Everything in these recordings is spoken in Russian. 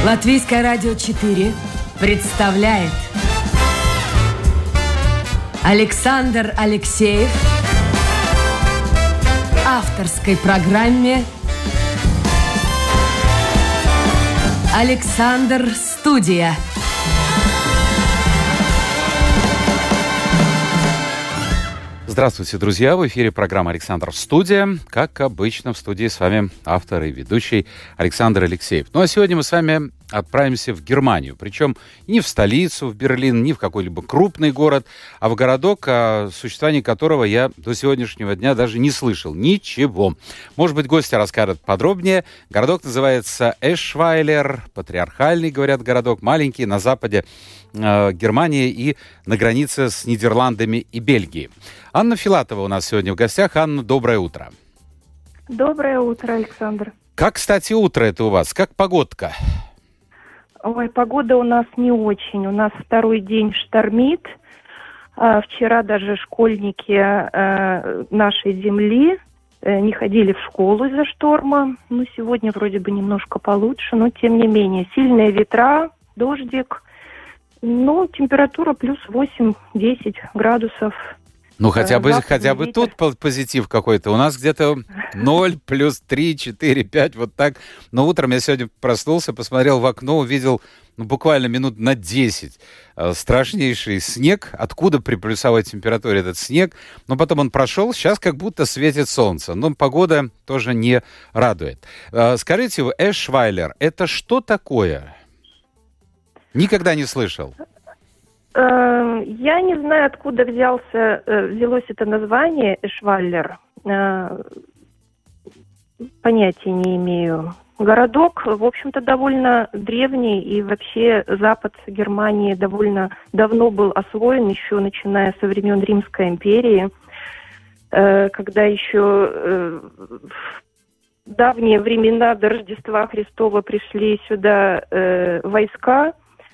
Латвийское радио 4 представляет Александр Алексеев в авторской программе «Александр Студия». Здравствуйте, друзья! В эфире программа «Александр Студия». Как обычно, в студии с вами автор и ведущий Александр Алексеев. Ну а сегодня мы с вами отправимся в Германию. Причем не в столицу, в Берлин, не в какой-либо крупный город, а в городок, о существовании которого я до сегодняшнего дня даже не слышал. Ничего. Может быть, гости расскажут подробнее. Городок называется Эшвайлер. Патриархальный, говорят, городок. Маленький, на западе Германии и на границе с Нидерландами и Бельгией. Анна Филатова у нас сегодня в гостях. Анна, доброе утро. Доброе утро, Александр. Как, кстати, утро это у вас? Как погодка? Ой, погода у нас не очень. У нас второй день штормит. Вчера даже школьники нашей земли не ходили в школу из-за шторма. Ну, сегодня вроде бы немножко получше, но тем не менее. Сильные ветра, дождик. Ну, температура плюс 8-10 градусов. Ну, хотя бы тут позитив какой-то. У нас где-то 0, плюс 3, 4, 5, вот так. Но утром я сегодня проснулся, посмотрел в окно, увидел буквально минут на 10 страшнейший снег. Откуда при плюсовой температуре этот снег? Но потом он прошел, сейчас как будто светит солнце. Но погода тоже не радует. Скажите, Эшвайлер, это что такое? Никогда не слышал. Я не знаю, откуда взялось это название Эшвайлер. Понятия не имею. Городок, в общем-то, довольно древний, и вообще запад Германии довольно давно был освоен, еще начиная со времен Римской империи, когда еще в давние времена до Рождества Христова пришли сюда войска.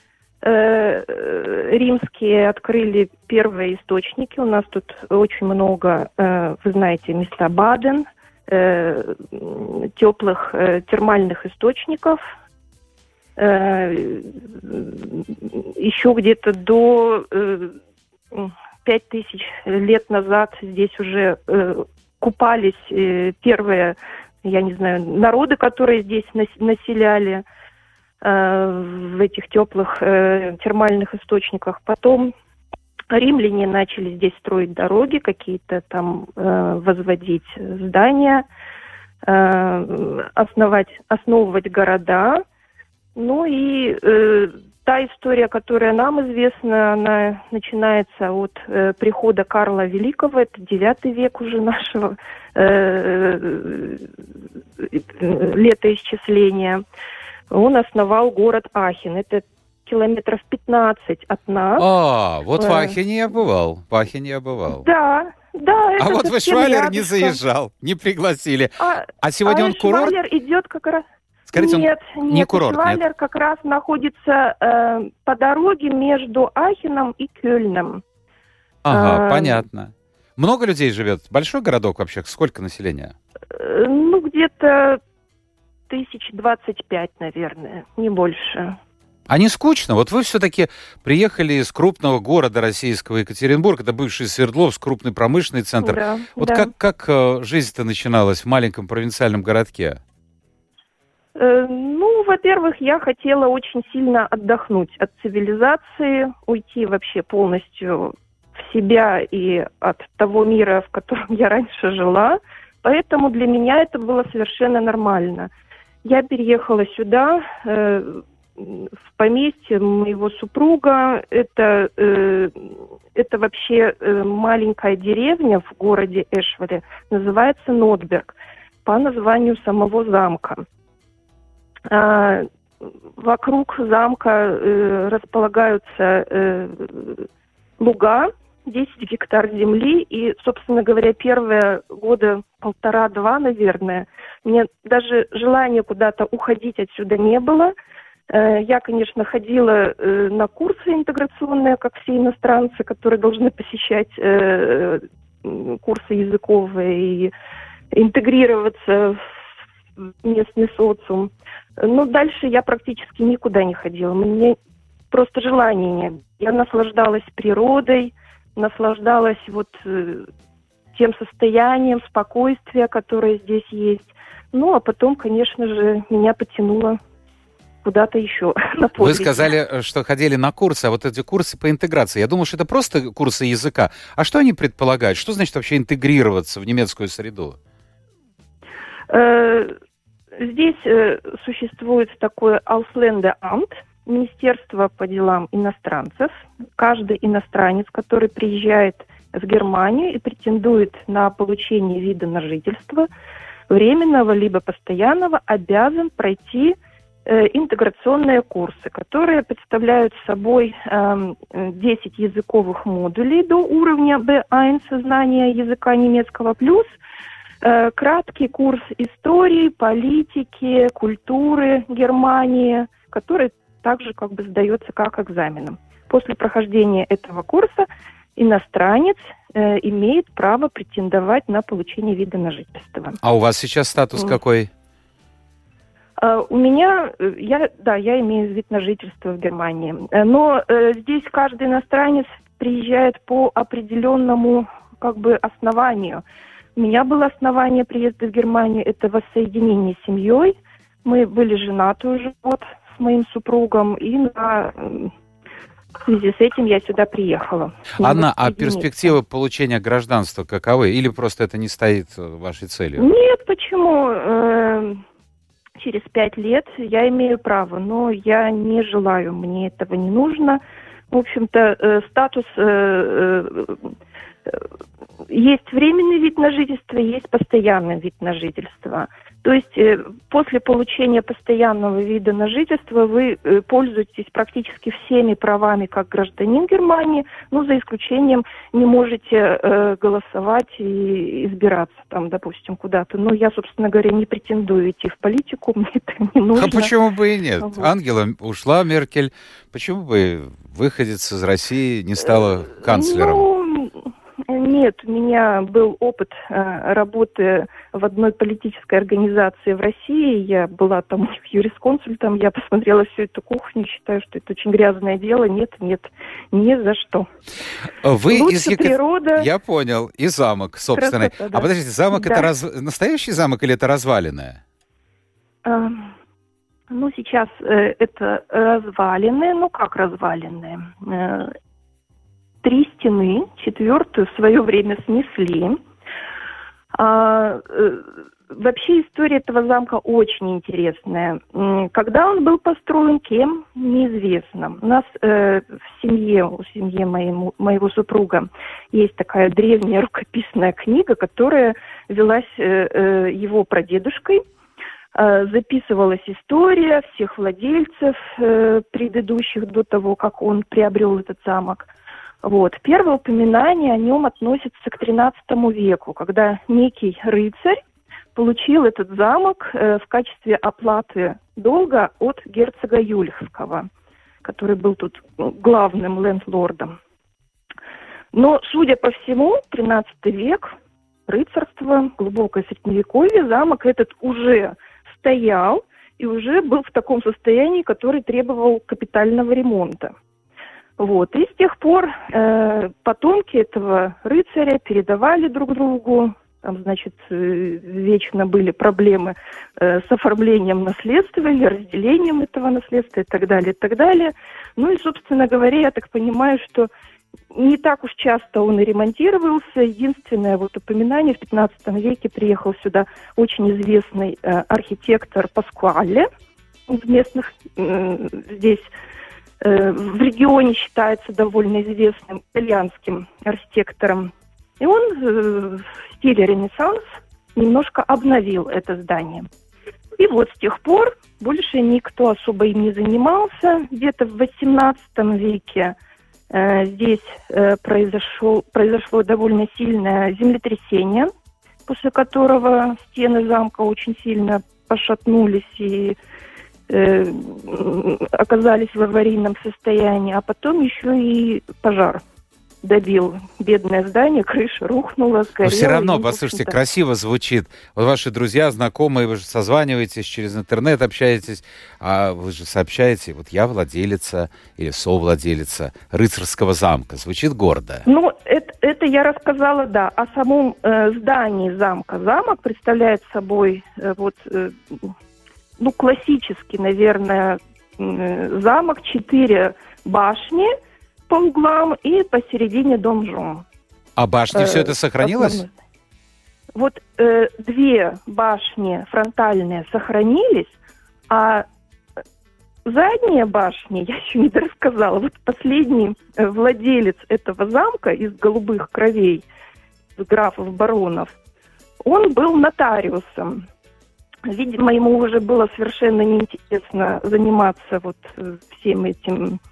Римские открыли первые источники. У нас тут очень много, вы знаете, места Баден, теплых термальных источников. Еще где-то до 5000 лет назад здесь уже купались первые, я не знаю, народы, которые здесь населяли в этих теплых термальных источниках. Потом римляне начали здесь строить дороги, какие-то там возводить здания, основывать города. Ну и та история, которая нам известна, она начинается от прихода Карла Великого, это 9 век уже нашего летоисчисления. Он основал город Ахен. Это километров 15 от нас. Вот в Ахене я бывал. Да. А вот в Эшвайлер не заезжал, не пригласили. А сегодня он курорт? Эшвайлер идет как раз... Скажите, нет, не курорт, Эшвайлер нет. как раз находится по дороге между Ахеном и Кёльном. Ага, понятно. Много людей живет? Большой городок вообще? Сколько населения? Ну, где-то 1025, наверное, не больше. А не скучно? Вот вы все-таки приехали из крупного города российского, Екатеринбург, это бывший Свердловск, крупный промышленный центр. Да, вот да. Как жизнь-то начиналась в маленьком провинциальном городке? Ну, во-первых, я хотела очень сильно отдохнуть от цивилизации, уйти вообще полностью в себя и от того мира, в котором я раньше жила. Поэтому для меня это было совершенно нормально. Я переехала сюда, в поместье моего супруга. Это вообще маленькая деревня в городе Эшвайле, называется Нотберг, по названию самого замка. Вокруг замка располагаются луга, 10 гектар земли, и, собственно говоря, первые года 1,5-2, наверное, мне даже желания куда-то уходить отсюда не было. Я, конечно, ходила на курсы интеграционные, как все иностранцы, которые должны посещать курсы языковые и интегрироваться местный социум. Но дальше я практически никуда не ходила. Мне просто желания не было. Я наслаждалась природой, наслаждалась тем состоянием спокойствия, которое здесь есть. Ну, а потом, конечно же, меня потянуло куда-то еще на подвиги. Вы сказали, что ходили на курсы, а вот эти курсы по интеграции, я думал, что это просто курсы языка. А что они предполагают? Что значит вообще интегрироваться в немецкую среду? Здесь существует такое Ausländeramт, Министерство по делам иностранцев. Каждый иностранец, который приезжает в Германию и претендует на получение вида на жительство, временного либо постоянного, обязан пройти интеграционные курсы, которые представляют собой 10 языковых модулей до уровня B1 знания языка немецкого, плюс краткий курс истории, политики, культуры Германии, который также сдается как экзаменом. После прохождения этого курса иностранец имеет право претендовать на получение вида на жительство. А у вас сейчас статус какой? У меня, я имею вид на жительство в Германии. Но здесь каждый иностранец приезжает по определенному основанию. У меня было основание приезда в Германию, это воссоединение с семьей. Мы были женаты уже с моим супругом, и в связи с этим я сюда приехала. Анна, а перспективы получения гражданства каковы? Или просто это не стоит вашей целью? Нет, почему? Через 5 лет я имею право, но я не желаю, мне этого не нужно. В общем-то, статус... Есть временный вид на жительство, есть постоянный вид на жительство. То есть после получения постоянного вида на жительство вы пользуетесь практически всеми правами как гражданин Германии, но за исключением не можете голосовать и избираться допустим, куда-то. Но я, собственно говоря, не претендую идти в политику, мне это не нужно. А почему бы и нет? Ангела ушла, Меркель. Почему бы выходец из России не стала канцлером? Нет, у меня был опыт работы в одной политической организации в России. Я была там юрисконсультом, я посмотрела всю эту кухню, считаю, что это очень грязное дело. Нет, ни за что. Вы лучше природа. Я понял, и замок собственный. Красота, да. А подождите, замок это настоящий замок или это развалины? Сейчас это развалины. Как развалины? 3 стены, 4-ю в свое время снесли. Вообще история этого замка очень интересная. Когда он был построен, кем, неизвестно. У нас в семье, у семьи моего супруга есть такая древняя рукописная книга, которая велась его прадедушкой. Записывалась история всех владельцев предыдущих до того, как он приобрел этот замок. Первое упоминание о нем относится к XIII веку, когда некий рыцарь получил этот замок в качестве оплаты долга от герцога Юльского, который был тут главным лендлордом. Но, судя по всему, XIII век, рыцарство, глубокое средневековье, замок этот уже стоял и уже был в таком состоянии, который требовал капитального ремонта. И с тех пор потомки этого рыцаря передавали друг другу. Там, вечно были проблемы с оформлением наследства или разделением этого наследства и так далее, и так далее. И, собственно говоря, я так понимаю, что не так уж часто он и ремонтировался. Единственное упоминание: в 15 веке приехал сюда очень известный архитектор Паскуале из местных здесь. В регионе считается довольно известным итальянским архитектором. И он в стиле Ренессанс немножко обновил это здание. И с тех пор больше никто особо им не занимался. Где-то в XVIII веке здесь произошло довольно сильное землетрясение, после которого стены замка очень сильно пошатнулись и оказались в аварийном состоянии, а потом еще и пожар добил бедное здание, крыша рухнула, сгорела. Но все равно, и, послушайте, красиво звучит. Вот ваши друзья, знакомые, вы же созваниваетесь, через интернет общаетесь, а вы же сообщаете, вот я владелица или совладелица рыцарского замка. Звучит гордо. Ну, это я рассказала, да, о самом здании замка. Замок представляет собой классический, наверное, замок, 4 башни по углам и посередине донжон. А башни все это сохранилось? Вот 2 башни фронтальные сохранились, а задние башни, я еще не дорассказала, вот последний владелец этого замка из голубых кровей, графов-баронов, он был нотариусом. Видимо, ему уже было совершенно неинтересно заниматься вот всем этим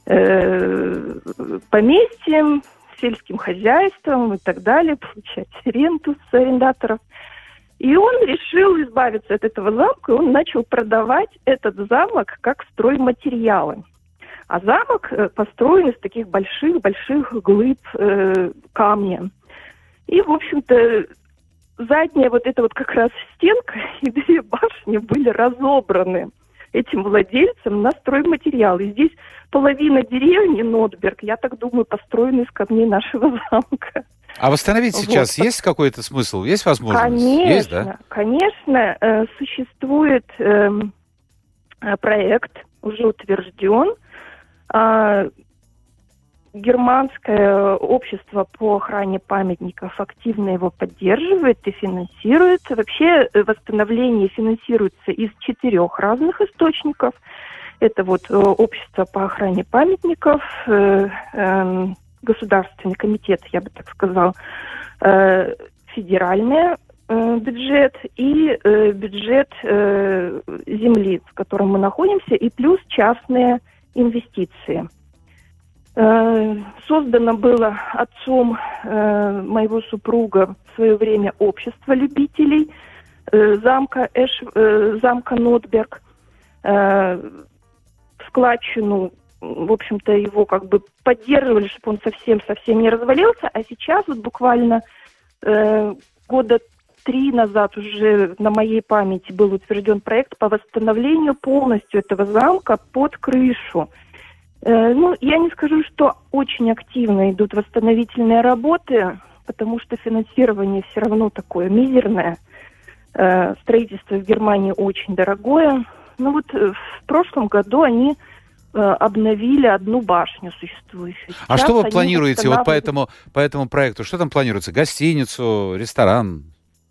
поместьем, сельским хозяйством и так далее, получать ренту с арендаторов. И он решил избавиться от этого замка, и он начал продавать этот замок как стройматериалы. А замок построен из таких больших-больших глыб камня. И, в общем-то, задняя вот эта вот как раз стенка и 2 башни были разобраны этим владельцем на стройматериалы. И здесь половина деревни Нотберг, я так думаю, построена из камней нашего замка. А восстановить сейчас есть какой-то смысл? Есть возможность? Конечно, есть, да? Конечно. Существует проект, уже утвержден. Германское общество по охране памятников активно его поддерживает и финансирует. Вообще восстановление финансируется из 4 разных источников. Это вот общество по охране памятников, государственный комитет, я бы так сказала, федеральный бюджет и бюджет земли, в котором мы находимся, и плюс частные инвестиции. Создано было отцом моего супруга в свое время общество любителей замка Нотберг. Складчину, в общем-то, его как бы поддерживали, чтобы он совсем не развалился. А сейчас вот буквально года 3 назад уже на моей памяти был утвержден проект по восстановлению полностью этого замка под крышу. Я не скажу, что очень активно идут восстановительные работы, потому что финансирование все равно такое мизерное. Строительство в Германии очень дорогое. В прошлом году они обновили 1 башню существующую. А что вы планируете вот по этому проекту? Что там планируется? Гостиницу, ресторан?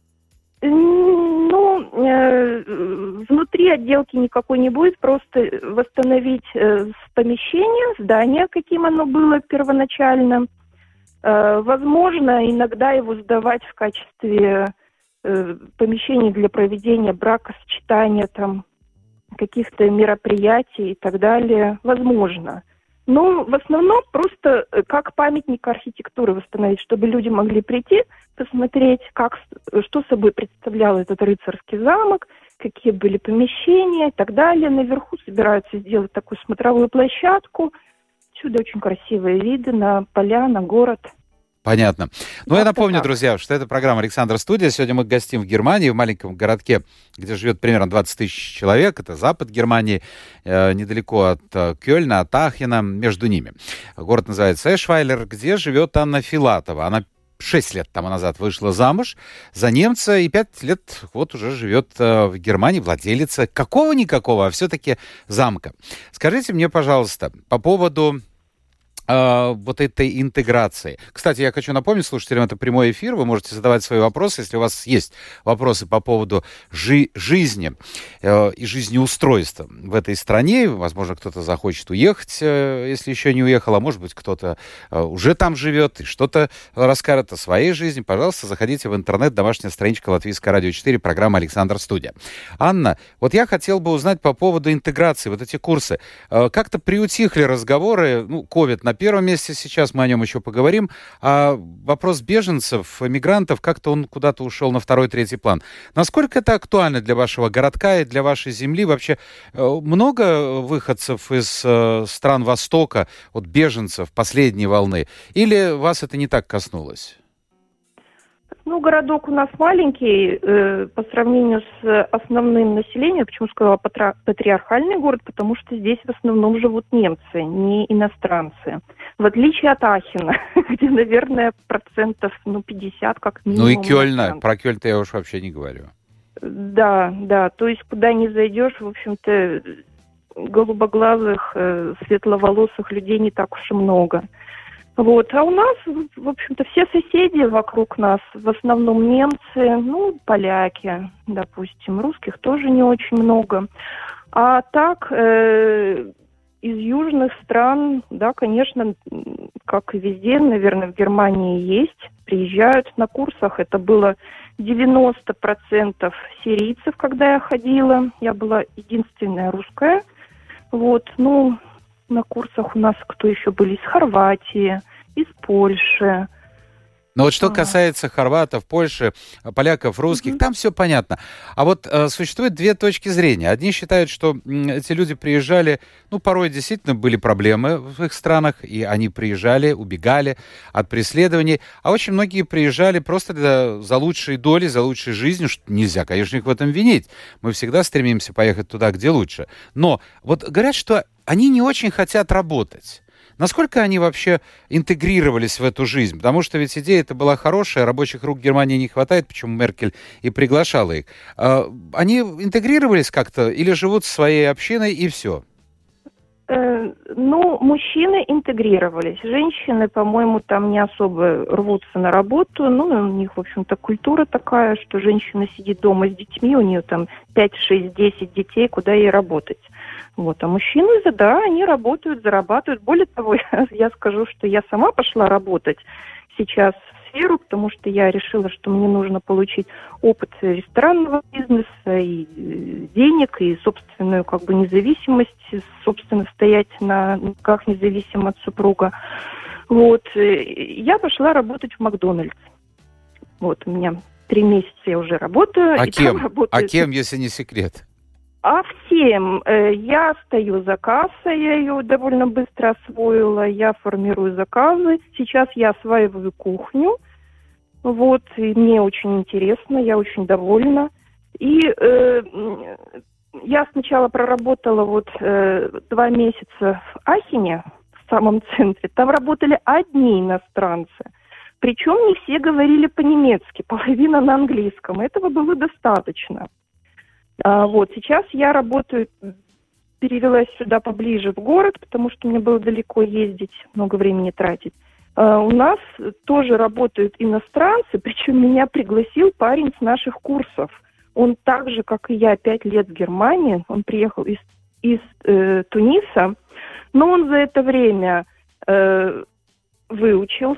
Внутри отделки никакой не будет, просто восстановить помещение, здание, каким оно было первоначально. Возможно, иногда его сдавать в качестве помещений для проведения бракосочетания, там, каких-то мероприятий и так далее. Возможно. Но в основном просто как памятник архитектуры восстановить, чтобы люди могли прийти, посмотреть, что собой представлял этот рыцарский замок, какие были помещения и так далее. Наверху собираются сделать такую смотровую площадку. Отсюда очень красивые виды на поля, на город. Понятно. Я напомню, друзья, что это программа «Александр Студия». Сегодня мы гостим в Германии, в маленьком городке, где живет примерно 20 тысяч человек. Это запад Германии, недалеко от Кёльна, от Ахена, между ними. Город называется Эшвайлер, где живет Анна Филатова. Она 6 лет тому назад вышла замуж за немца и 5 лет вот уже живет в Германии, владелица какого-никакого, а все-таки замка. Скажите мне, пожалуйста, по поводу вот этой интеграции. Кстати, я хочу напомнить слушателям, это прямой эфир, вы можете задавать свои вопросы, если у вас есть вопросы по поводу жизни и жизнеустройства в этой стране. Возможно, кто-то захочет уехать, если еще не уехал, а может быть, кто-то уже там живет и что-то расскажет о своей жизни. Пожалуйста, заходите в интернет, домашняя страничка Латвийское радио 4, программа «Александр Студия». Анна, вот я хотел бы узнать по поводу интеграции, вот эти курсы. Как-то приутихли разговоры, ковид, на первом месте сейчас, мы о нем еще поговорим. А вопрос беженцев, мигрантов, как-то он куда-то ушел на второй, третий план. Насколько это актуально для вашего городка и для вашей земли? Вообще много выходцев из стран Востока, от беженцев последней волны? Или вас это не так коснулось? Ну, городок у нас маленький по сравнению с основным населением. Почему сказала патриархальный город? Потому что здесь в основном живут немцы, не иностранцы. В отличие от Ахена, где, наверное, 50% как минимум. Ну и Кёльна. Про Кёльн-то я уж вообще не говорю. Да. То есть куда ни зайдешь, в общем-то, голубоглазых, светловолосых людей не так уж и много. Вот. А у нас, в общем-то, все соседи вокруг нас, в основном немцы, поляки, допустим, русских тоже не очень много. А так, из южных стран, да, конечно, как и везде, наверное, в Германии есть, приезжают на курсах. Это было 90% сирийцев, когда я ходила. Я была единственная русская. Вот, на курсах у нас кто еще были? Из Хорватии, из Польши. Но вот что касается хорватов, Польши, поляков, русских, там все понятно. А вот существует две точки зрения. Одни считают, что эти люди приезжали, порой действительно были проблемы в их странах, и они приезжали, убегали от преследований. А очень многие приезжали просто за лучшей долей, за лучшей жизнью. Что нельзя, конечно, их в этом винить. Мы всегда стремимся поехать туда, где лучше. Но вот говорят, что они не очень хотят работать. Насколько они вообще интегрировались в эту жизнь? Потому что ведь идея эта была хорошая, рабочих рук в Германии не хватает, почему Меркель и приглашала их. Они интегрировались как-то или живут своей общиной и все? Мужчины интегрировались. Женщины, по-моему, там не особо рвутся на работу. У них, в общем-то, культура такая, что женщина сидит дома с детьми, у нее там 5, 6, 10 детей, куда ей работать. Вот. А мужчины, они работают, зарабатывают. Более того, я скажу, что я сама пошла работать сейчас в сферу, потому что я решила, что мне нужно получить опыт ресторанного бизнеса и денег, и собственную независимость, собственно, стоять на ногах независимо от супруга. Вот. Я пошла работать в Макдональдс. Вот, у меня 3 месяца я уже работаю. А кем, если не секрет? А всем. Я стою за кассой, я ее довольно быстро освоила, я формирую заказы. Сейчас я осваиваю кухню, вот, и мне очень интересно, я очень довольна. И я сначала проработала 2 месяца в Ахене, в самом центре. Там работали одни иностранцы. Причем не все говорили по-немецки, половина на английском. Этого было достаточно. Сейчас я работаю, перевелась сюда поближе в город, потому что мне было далеко ездить, много времени тратить. У нас тоже работают иностранцы, причем меня пригласил парень с наших курсов. Он так же, как и я, 5 лет в Германии, он приехал из Туниса, но он за это время выучил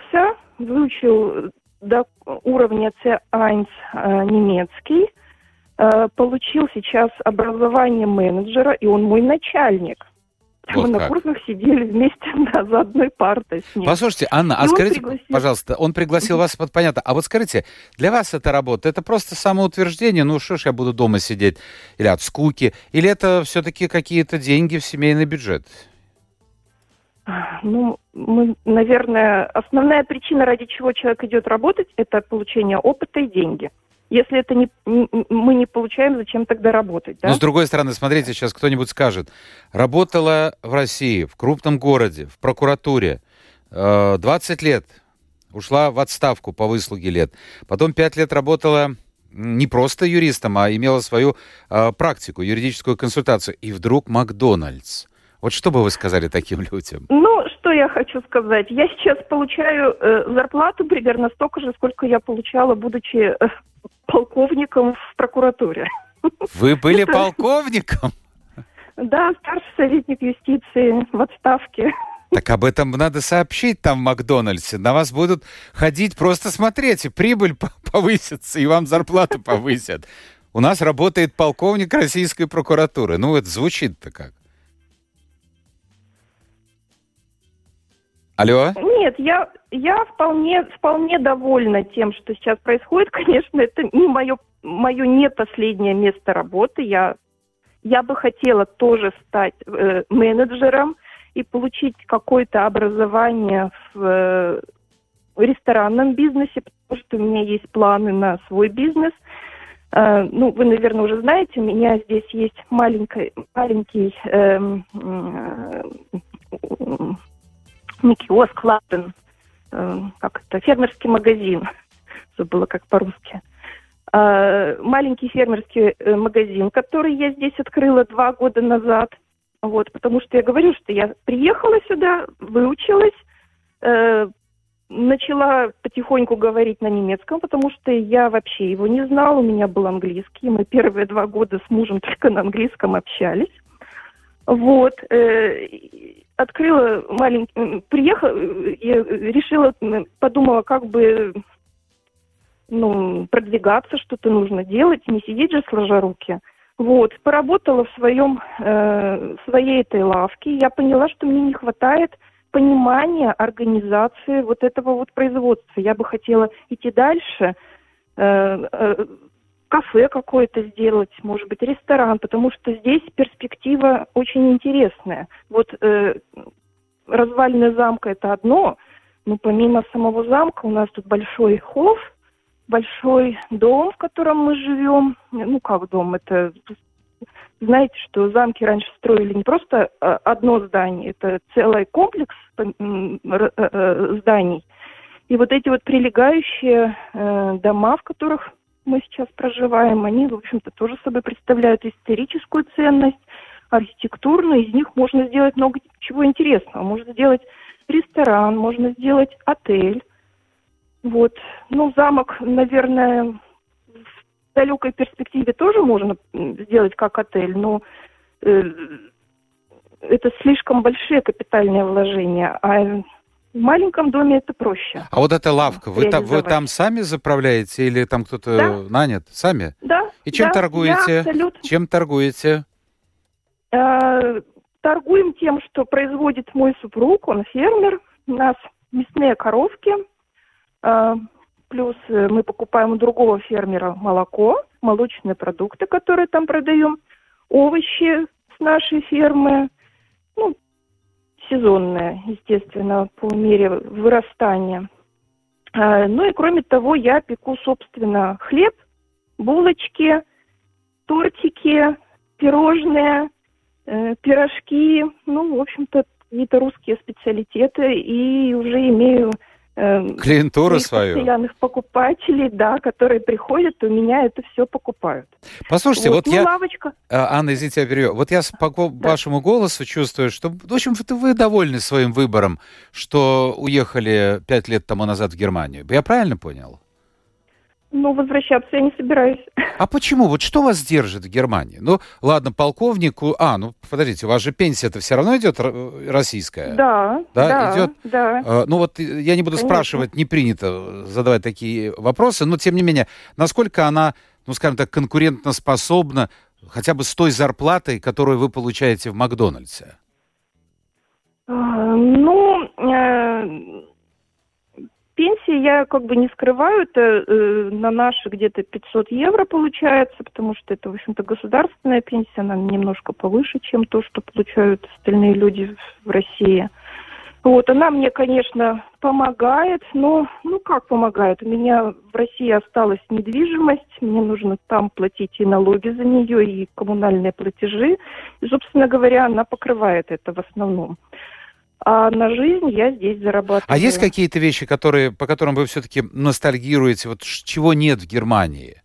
до уровня C1 немецкий, получил сейчас образование менеджера, и он мой начальник. Мы на курсах сидели вместе за одной партой с ним. Послушайте, Анна, скажите, пожалуйста, он пригласил вас, понятно. А вот скажите, для вас эта работа, это просто самоутверждение? Что ж я буду дома сидеть? Или от скуки? Или это все-таки какие-то деньги в семейный бюджет? Наверное, основная причина, ради чего человек идет работать, это получение опыта и деньги. Если это мы не получаем, зачем тогда работать, да? Но с другой стороны, смотрите, сейчас кто-нибудь скажет, работала в России, в крупном городе, в прокуратуре, 20 лет, ушла в отставку по выслуге лет, потом 5 лет работала не просто юристом, а имела свою практику, юридическую консультацию, и вдруг Макдональдс. Вот что бы вы сказали таким людям? Что я хочу сказать? Я сейчас получаю зарплату примерно столько же, сколько я получала, будучи полковником в прокуратуре. Вы были полковником? Да, старший советник юстиции в отставке. Так об этом надо сообщить там в Макдональдсе. На вас будут ходить, просто смотреть, и прибыль повысится, и вам зарплату повысят. У нас работает полковник российской прокуратуры. Это звучит-то как? Алло? Нет, я вполне довольна тем, что сейчас происходит. Конечно, это не мое не последнее место работы. Я бы хотела тоже стать менеджером и получить какое-то образование в ресторанном бизнесе, потому что у меня есть планы на свой бизнес. Вы, наверное, уже знаете, у меня здесь есть маленький не киоск, ладен, фермерский магазин, забыла как по-русски. Маленький фермерский магазин, который я здесь открыла 2 года назад. Вот, потому что я говорю, что я приехала сюда, выучилась, начала потихоньку говорить на немецком, потому что я вообще его не знала, у меня был английский. Мы первые 2 года с мужем только на английском общались. Вот, открыла приехала, я решила, подумала, как бы, продвигаться, что-то нужно делать, не сидеть же сложа руки. Вот, поработала в своей этой лавке, я поняла, что мне не хватает понимания организации вот этого вот производства. Я бы хотела идти дальше, кафе какое-то сделать, может быть, ресторан, потому что здесь перспектива очень интересная. Вот развалины замка – это одно, но помимо самого замка у нас тут большой холл, большой дом, в котором мы живем. Как дом, это... Знаете, что замки раньше строили не просто одно здание, это целый комплекс зданий. И вот эти вот прилегающие дома, в которых мы сейчас проживаем, они, в общем-то, тоже собой представляют историческую ценность, архитектурную. Из них можно сделать много чего интересного. Можно сделать ресторан, можно сделать отель. Вот. Замок, наверное, в далекой перспективе тоже можно сделать как отель, но это слишком большие капитальные вложения, а в маленьком доме это проще. А вот эта лавка, вы там сами заправляете или там кто-то нанят? Сами? Да. И чем торгуете? Чем торгуете? Торгуем тем, что производит мой супруг, он фермер. У нас мясные коровки, плюс мы покупаем у другого фермера молоко, молочные продукты, которые там продаем, овощи с нашей фермы, сезонные, естественно, по мере вырастания. И кроме того, я пеку, собственно, хлеб, булочки, тортики, пирожные, пирожки, в общем-то, какие-то русские специалитеты, и уже имею клиентуру свою. Постоянных покупателей, которые приходят, и у меня это все покупают. Послушайте, лавочка. Анна, извините, я перебью. Вот я по вашему голосу чувствую, что, в общем-то, вы довольны своим выбором, что уехали 5 лет тому назад в Германию. Я правильно понял? Возвращаться я не собираюсь. А почему? Вот что вас держит в Германии? Ладно, полковнику... подождите, у вас же пенсия-то все равно идет российская? Да, идет? Да. Я не буду спрашивать, не принято задавать такие вопросы, но, тем не менее, насколько она, скажем так, конкурентоспособна хотя бы с той зарплатой, которую вы получаете в Макдональдсе? Пенсии я не скрываю, это на наши где-то 500 евро получается, потому что это, в общем-то, государственная пенсия, она немножко повыше, чем то, что получают остальные люди в России. Вот, она мне, конечно, помогает, но, как помогает? У меня в России осталась недвижимость, мне нужно там платить и налоги за нее, и коммунальные платежи, и, собственно говоря, она покрывает это в основном. А на жизнь я здесь зарабатываю. А есть какие-то вещи, по которым вы все-таки ностальгируете, чего нет в Германии?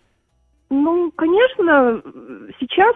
Конечно, сейчас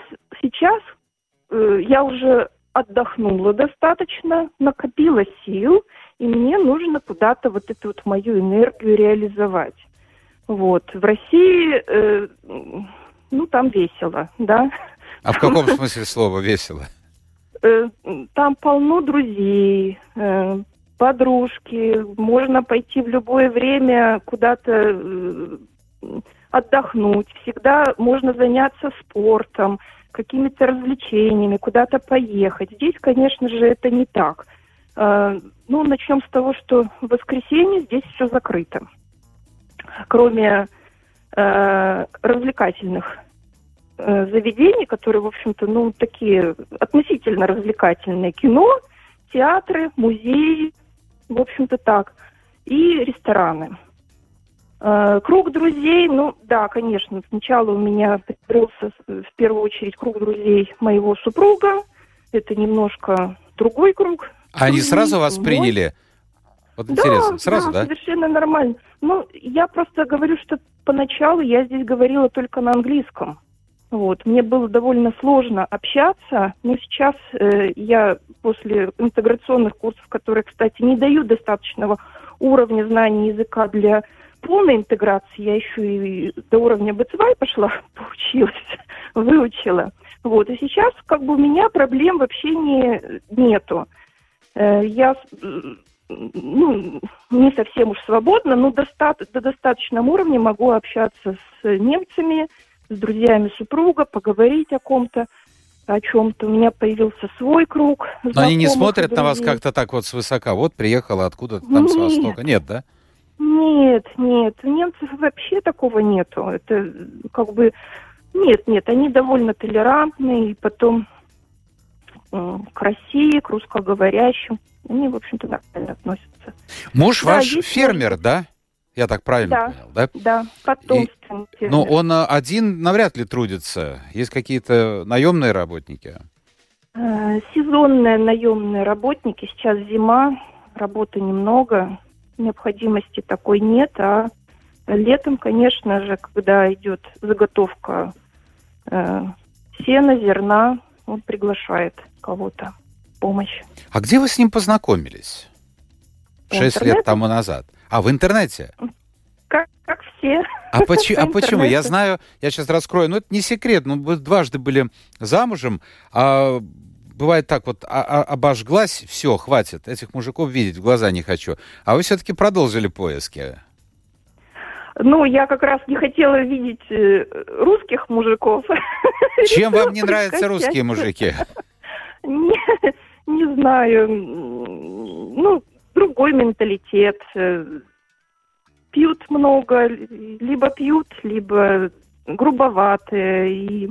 я уже отдохнула достаточно, накопила сил, и мне нужно куда-то эту мою энергию реализовать. Вот. В России, там весело, да. А в каком смысле слова весело? Там полно друзей, подружки, можно пойти в любое время куда-то отдохнуть, всегда можно заняться спортом, какими-то развлечениями, куда-то поехать. Здесь, конечно же, это не так. начнем с того, что в воскресенье здесь все закрыто. Кроме развлекательных заведений, которые, в общем-то, такие относительно развлекательные. Кино, театры, музеи, в общем-то, так. И рестораны. Круг друзей, да, конечно, сначала у меня появился в первую очередь круг друзей моего супруга. Это немножко другой круг. Они сразу вас приняли? Вот интересно, сразу, да? Совершенно нормально. Я просто говорю, что поначалу я здесь говорила только на английском. Мне было довольно сложно общаться, но сейчас я после интеграционных курсов, которые, кстати, не дают достаточного уровня знаний языка для полной интеграции, я еще и до уровня B2 пошла, поучилась, выучила. И сейчас у меня проблем в общении нету. Я не совсем уж свободна, но до достаточном уровне могу общаться с немцами, с друзьями супруга, поговорить о ком-то, о чем-то. У меня появился свой круг. Но они не смотрят на вас как-то так свысока? Вот приехала откуда-то там с востока. Нет, да? Нет. У немцев вообще такого нету. Это Нет, они довольно толерантны, и потом к России, к русскоговорящим. Они, в общем-то, нормально относятся. Муж ваш фермер, да? Я так правильно понял, да? Да, потомственный фермер. Но он один навряд ли трудится. Есть какие-то наемные работники? Сезонные наемные работники. Сейчас зима, работы немного, необходимости такой нет. А летом, конечно же, когда идет заготовка сена, зерна, он приглашает кого-то в помощь. А где вы с ним познакомились? 6 лет тому назад. В интернете? Как все. А почему? Я знаю, я сейчас раскрою, это не секрет, вы дважды были замужем, а бывает так обожглась, все, хватит, этих мужиков видеть в глаза не хочу. А вы все-таки продолжили поиски. Я как раз не хотела видеть русских мужиков. Чем вам не нравятся русские мужики? Не знаю. Другой менталитет. Пьют много, либо грубоватые. И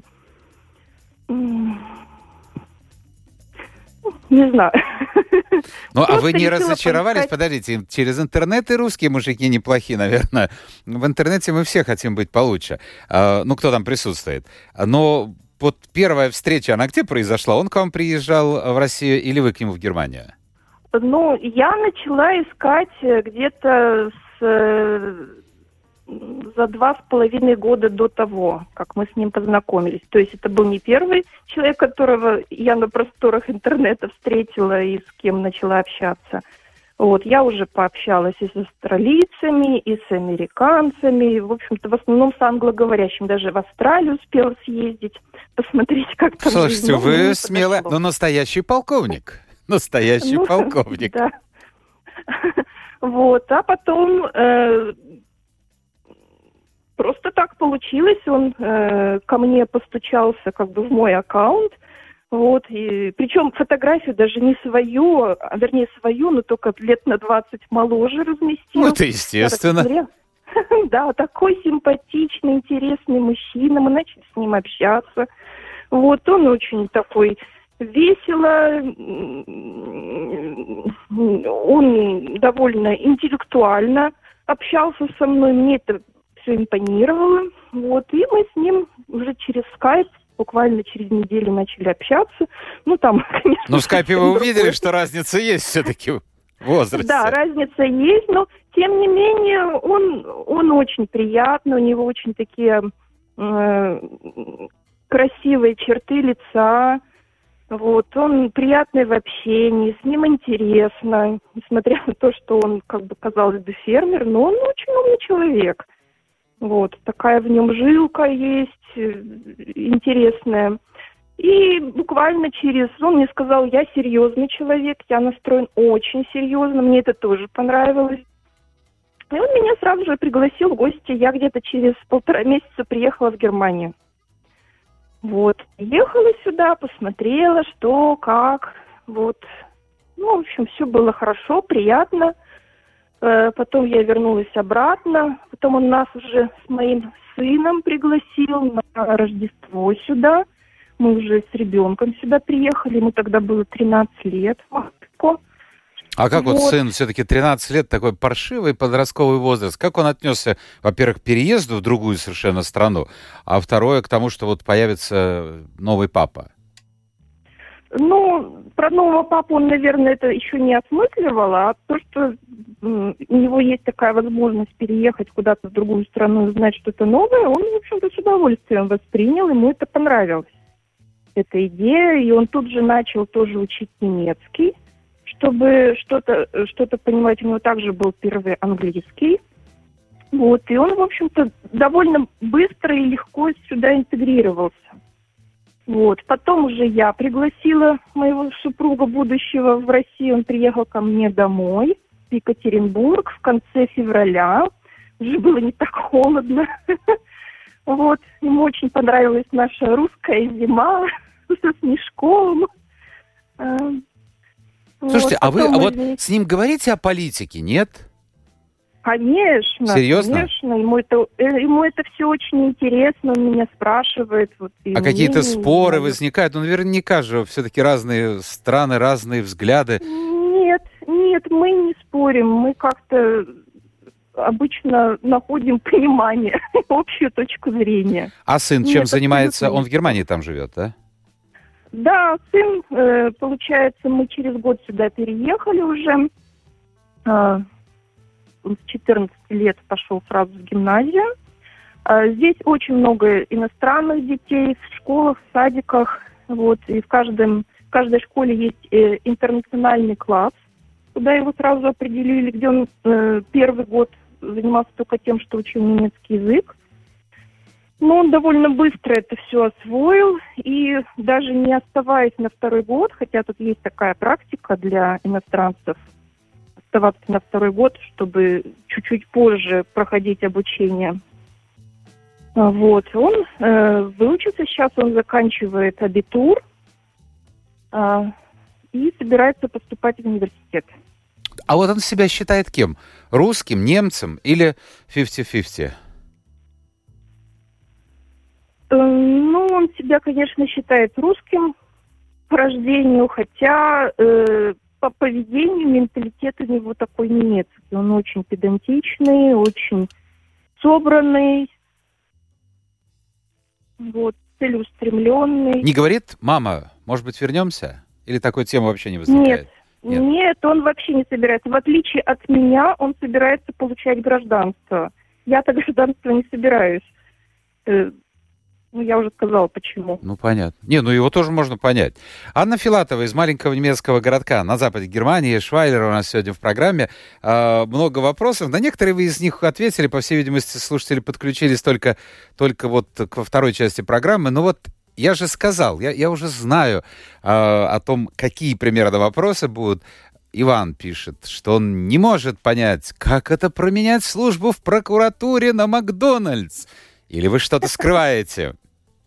не знаю. А вы не разочаровались? Подождите, через интернет и русские мужики неплохие, наверное. В интернете мы все хотим быть получше. Кто там присутствует. Но первая встреча, она где произошла? Он к вам приезжал в Россию или вы к нему в Германию? Я начала искать где-то за 2,5 года до того, как мы с ним познакомились. То есть это был не первый человек, которого я на просторах интернета встретила и с кем начала общаться. Я уже пообщалась и с австралийцами, и с американцами, в общем-то, в основном с англоговорящим. Даже в Австралию успела съездить, посмотреть, как там... Слушайте, вы смело, настоящий полковник. Настоящий полковник. Да. А потом просто так получилось, он ко мне постучался в мой аккаунт, и причем фотографию даже не свою, вернее свою, но только лет на 20 моложе разместил. Это естественно. Да, такой симпатичный, интересный мужчина, мы начали с ним общаться. Он очень такой... весело, он довольно интеллектуально общался со мной, мне это все импонировало, и мы с ним уже через скайп буквально через неделю начали общаться, конечно... Но в скайпе вы увидели, что разница есть все-таки в возрасте. Да, разница есть, но тем не менее он очень приятный, у него очень такие красивые черты лица. Он приятный в общении, с ним интересно, несмотря на то, что он, казалось бы, фермер, но он очень умный человек. Такая в нем жилка есть, интересная. И буквально он мне сказал, я серьезный человек, я настроен очень серьезно, мне это тоже понравилось. И он меня сразу же пригласил в гости, я где-то через 1,5 месяца приехала в Германию. Ехала сюда, посмотрела, что, как, Ну, в общем, все было хорошо, приятно. Потом я вернулась обратно. Потом он нас уже с моим сыном пригласил на Рождество сюда. Мы уже с ребенком сюда приехали. Ему тогда было 13 лет. А как вот сын, все-таки 13 лет, такой паршивый подростковый возраст, как он отнесся, во-первых, к переезду в другую совершенно страну, а второе, к тому, что вот появится новый папа? Ну, про нового папу он, наверное, это еще не осмысливал, а то, что у него есть такая возможность переехать куда-то в другую страну и узнать что-то новое, он, в общем-то, с удовольствием воспринял, ему это понравилось, эта идея, и он тут же начал тоже учить немецкий, чтобы что-то понимать. У него также был первый английский. Вот, и он, в общем-то, довольно быстро и легко сюда интегрировался. Вот. Потом уже я пригласила моего супруга будущего в Россию. Он приехал ко мне домой, в Екатеринбург, в конце февраля. Уже было не так холодно. Вот. Ему очень понравилась наша русская зима со снежком. Слушайте, а вы с ним говорите о политике, нет? Конечно. Серьезно? Конечно. Ему это все очень интересно, он меня спрашивает. Вот, а какие-то споры возникают? Ну, наверняка же все-таки разные страны, разные взгляды. Нет, мы не спорим. Мы как-то обычно находим понимание, общую точку зрения. А сын чем занимается? Он в Германии там живет, да? Да, сын, получается, мы через год сюда переехали уже. С 14 лет пошел сразу в гимназию. Здесь очень много иностранных детей в школах, в садиках. Вот, и в каждой школе есть интернациональный класс, куда его сразу определили, где он первый год занимался только тем, что учил немецкий язык. Но он довольно быстро это все освоил, и даже не оставаясь на второй год, хотя тут есть такая практика для иностранцев, оставаться на второй год, чтобы чуть-чуть позже проходить обучение. Вот, он выучился, сейчас он заканчивает абитур и собирается поступать в университет. А вот он себя считает кем? Русским, немцем или 50-50? Ну, он себя, конечно, считает русским по рождению, хотя по поведению менталитет у него такой немецкий. Он очень педантичный, очень собранный, вот, целеустремленный. Не говорит, мама, может быть, вернемся? Или такой темы вообще не возникает? Нет, он вообще не собирается. В отличие от меня, он собирается получать гражданство. Я-то гражданство не собираюсь. Ну, я уже сказала, почему. Ну, понятно. Его тоже можно понять. Анна Филатова из маленького немецкого городка на западе Германии, Швайлер у нас сегодня в программе. Много вопросов. На некоторые вы из них ответили. По всей видимости, слушатели подключились только вот ко второй части программы. Но вот я же сказал, я уже знаю о том, какие примерно вопросы будут. Иван пишет, что он не может понять, как это променять службу в прокуратуре на Макдональдс. Или вы что-то скрываете?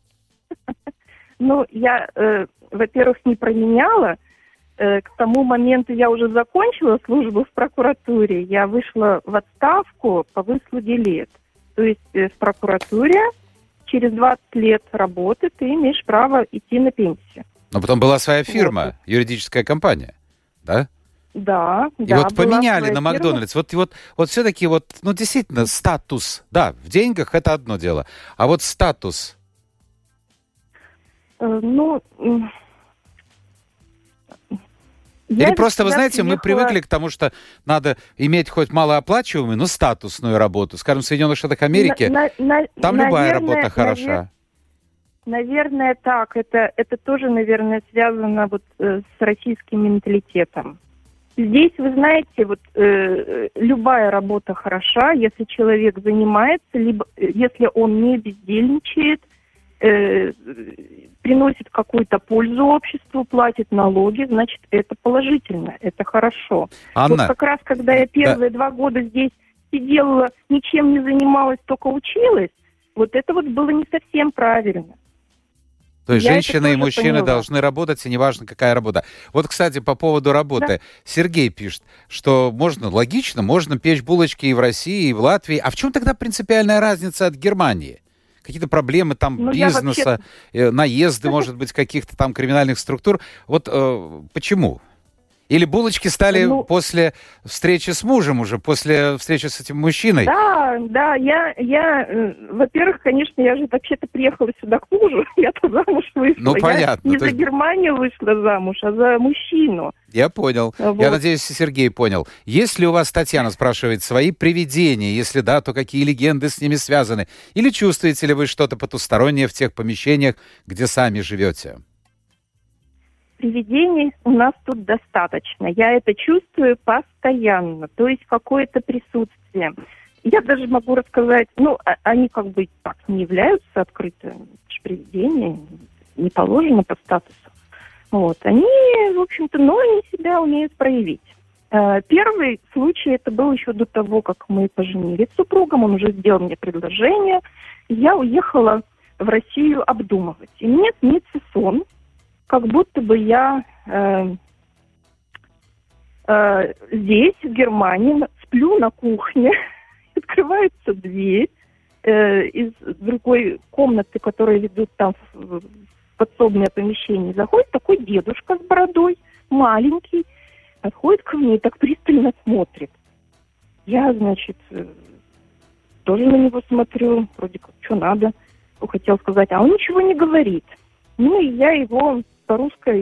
Ну, я, во-первых, не променяла. К тому моменту я уже закончила службу в прокуратуре. Я вышла в отставку по выслуге лет. То есть в прокуратуре через 20 лет работы ты имеешь право идти на пенсию. Но потом была своя фирма, юридическая компания, да? Да. И вот поменяли на Макдональдс. Вот все-таки действительно статус. Да, в деньгах это одно дело. А вот статус... Или просто, вы знаете, мы привыкли к тому, что надо иметь хоть малооплачиваемую, но статусную работу. Скажем, в Соединенных Штатах Америки, там любая работа хороша. Наверное, так. Это тоже, наверное, связано с российским менталитетом. Здесь, вы знаете, любая работа хороша, если человек занимается, либо если он не бездельничает, приносит какую-то пользу обществу, платит налоги, значит, это положительно, это хорошо. Анна, вот как раз, когда я первые 2 года здесь сидела, ничем не занималась, только училась, вот это было не совсем правильно. То есть женщины и мужчины должны работать, и неважно, какая работа. Вот, кстати, по поводу работы. Да. Сергей пишет, что логично, можно печь булочки и в России, и в Латвии. А в чем тогда принципиальная разница от Германии? Какие-то проблемы там бизнеса, наезды, может быть, каких-то там криминальных структур. Вот почему? Или булочки стали после встречи с мужем уже, после встречи с этим мужчиной? Да, я, во-первых, конечно, я же вообще-то приехала сюда к мужу, я-то замуж вышла. Ну, понятно. Я не за Германию вышла замуж, а за мужчину. Я понял. Вот. Я надеюсь, Сергей понял. Есть ли у вас, Татьяна спрашивает, свои привидения? Если да, то какие легенды с ними связаны? Или чувствуете ли вы что-то потустороннее в тех помещениях, где сами живете? Привидений у нас тут достаточно. Я это чувствую постоянно. То есть какое-то присутствие. Я даже могу рассказать, они как бы так не являются открытыми. Привидения не положено по статусу. Вот. Они, в общем-то, но они себя умеют проявить. Первый случай, это был еще до того, как мы поженились с супругом. Он уже сделал мне предложение. Я уехала в Россию обдумывать. И мне снится сон, как будто бы я здесь, в Германии, сплю на кухне, открывается дверь из другой комнаты, которая ведут там в подсобное помещение, заходит такой дедушка с бородой, маленький, подходит ко мне и так пристально смотрит. Я, значит, тоже на него смотрю, вроде как, что надо, хотел сказать, а он ничего не говорит. Ну, и я его по русской,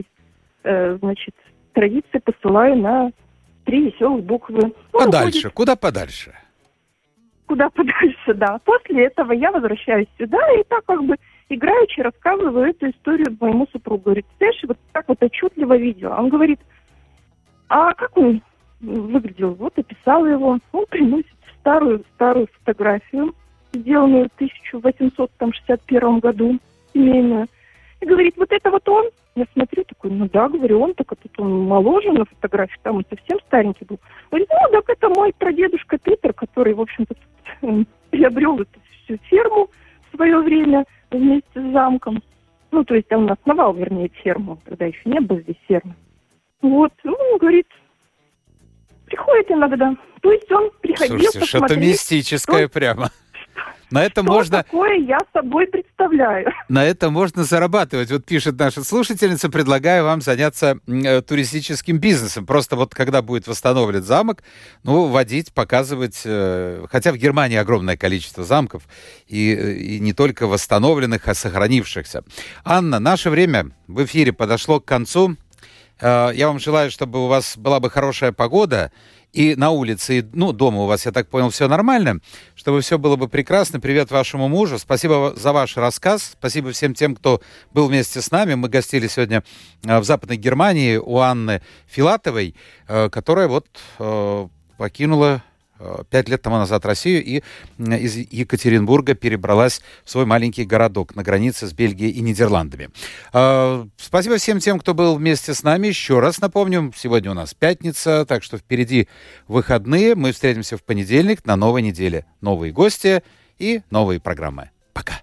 традиции посылаю на 3 веселых буквы. Подальше, куда подальше? Куда подальше, да. После этого я возвращаюсь сюда и так как бы играючи рассказываю эту историю моему супругу. Говорит, знаешь, вот так вот отчетливо видела. Он говорит, а как он выглядел? Вот описала его. Он приносит старую фотографию, сделанную в 1861 году, семейную. И говорит, вот это вот он. Я смотрю, такой, говорю, он так тут он моложе на фотографии, там он совсем старенький был. Говорит, так это мой прадедушка Питер, который, в общем-то, приобрел эту всю ферму в свое время вместе с замком. То есть он основал, вернее, ферму, тогда еще не было здесь фермы. Вот, говорит, приходит иногда. То есть он приходил посмотреть. Слушайте, что-то мистическое прямо. На это что можно... такое я собой представляю? На это можно зарабатывать. Вот пишет наша слушательница, предлагаю вам заняться туристическим бизнесом. Просто вот когда будет восстановлен замок, водить, показывать... Хотя в Германии огромное количество замков, и не только восстановленных, а сохранившихся. Анна, наше время в эфире подошло к концу. Я вам желаю, чтобы у вас была бы хорошая погода, и на улице, и, дома у вас, я так понял, все нормально, чтобы все было бы прекрасно. Привет вашему мужу. Спасибо за ваш рассказ. Спасибо всем тем, кто был вместе с нами. Мы гостили сегодня в Западной Германии у Анны Филатовой, которая покинула 5 лет тому назад Россию и из Екатеринбурга перебралась в свой маленький городок на границе с Бельгией и Нидерландами. Спасибо всем тем, кто был вместе с нами. Еще раз напомню, сегодня у нас пятница, так что впереди выходные. Мы встретимся в понедельник на новой неделе. Новые гости и новые программы. Пока.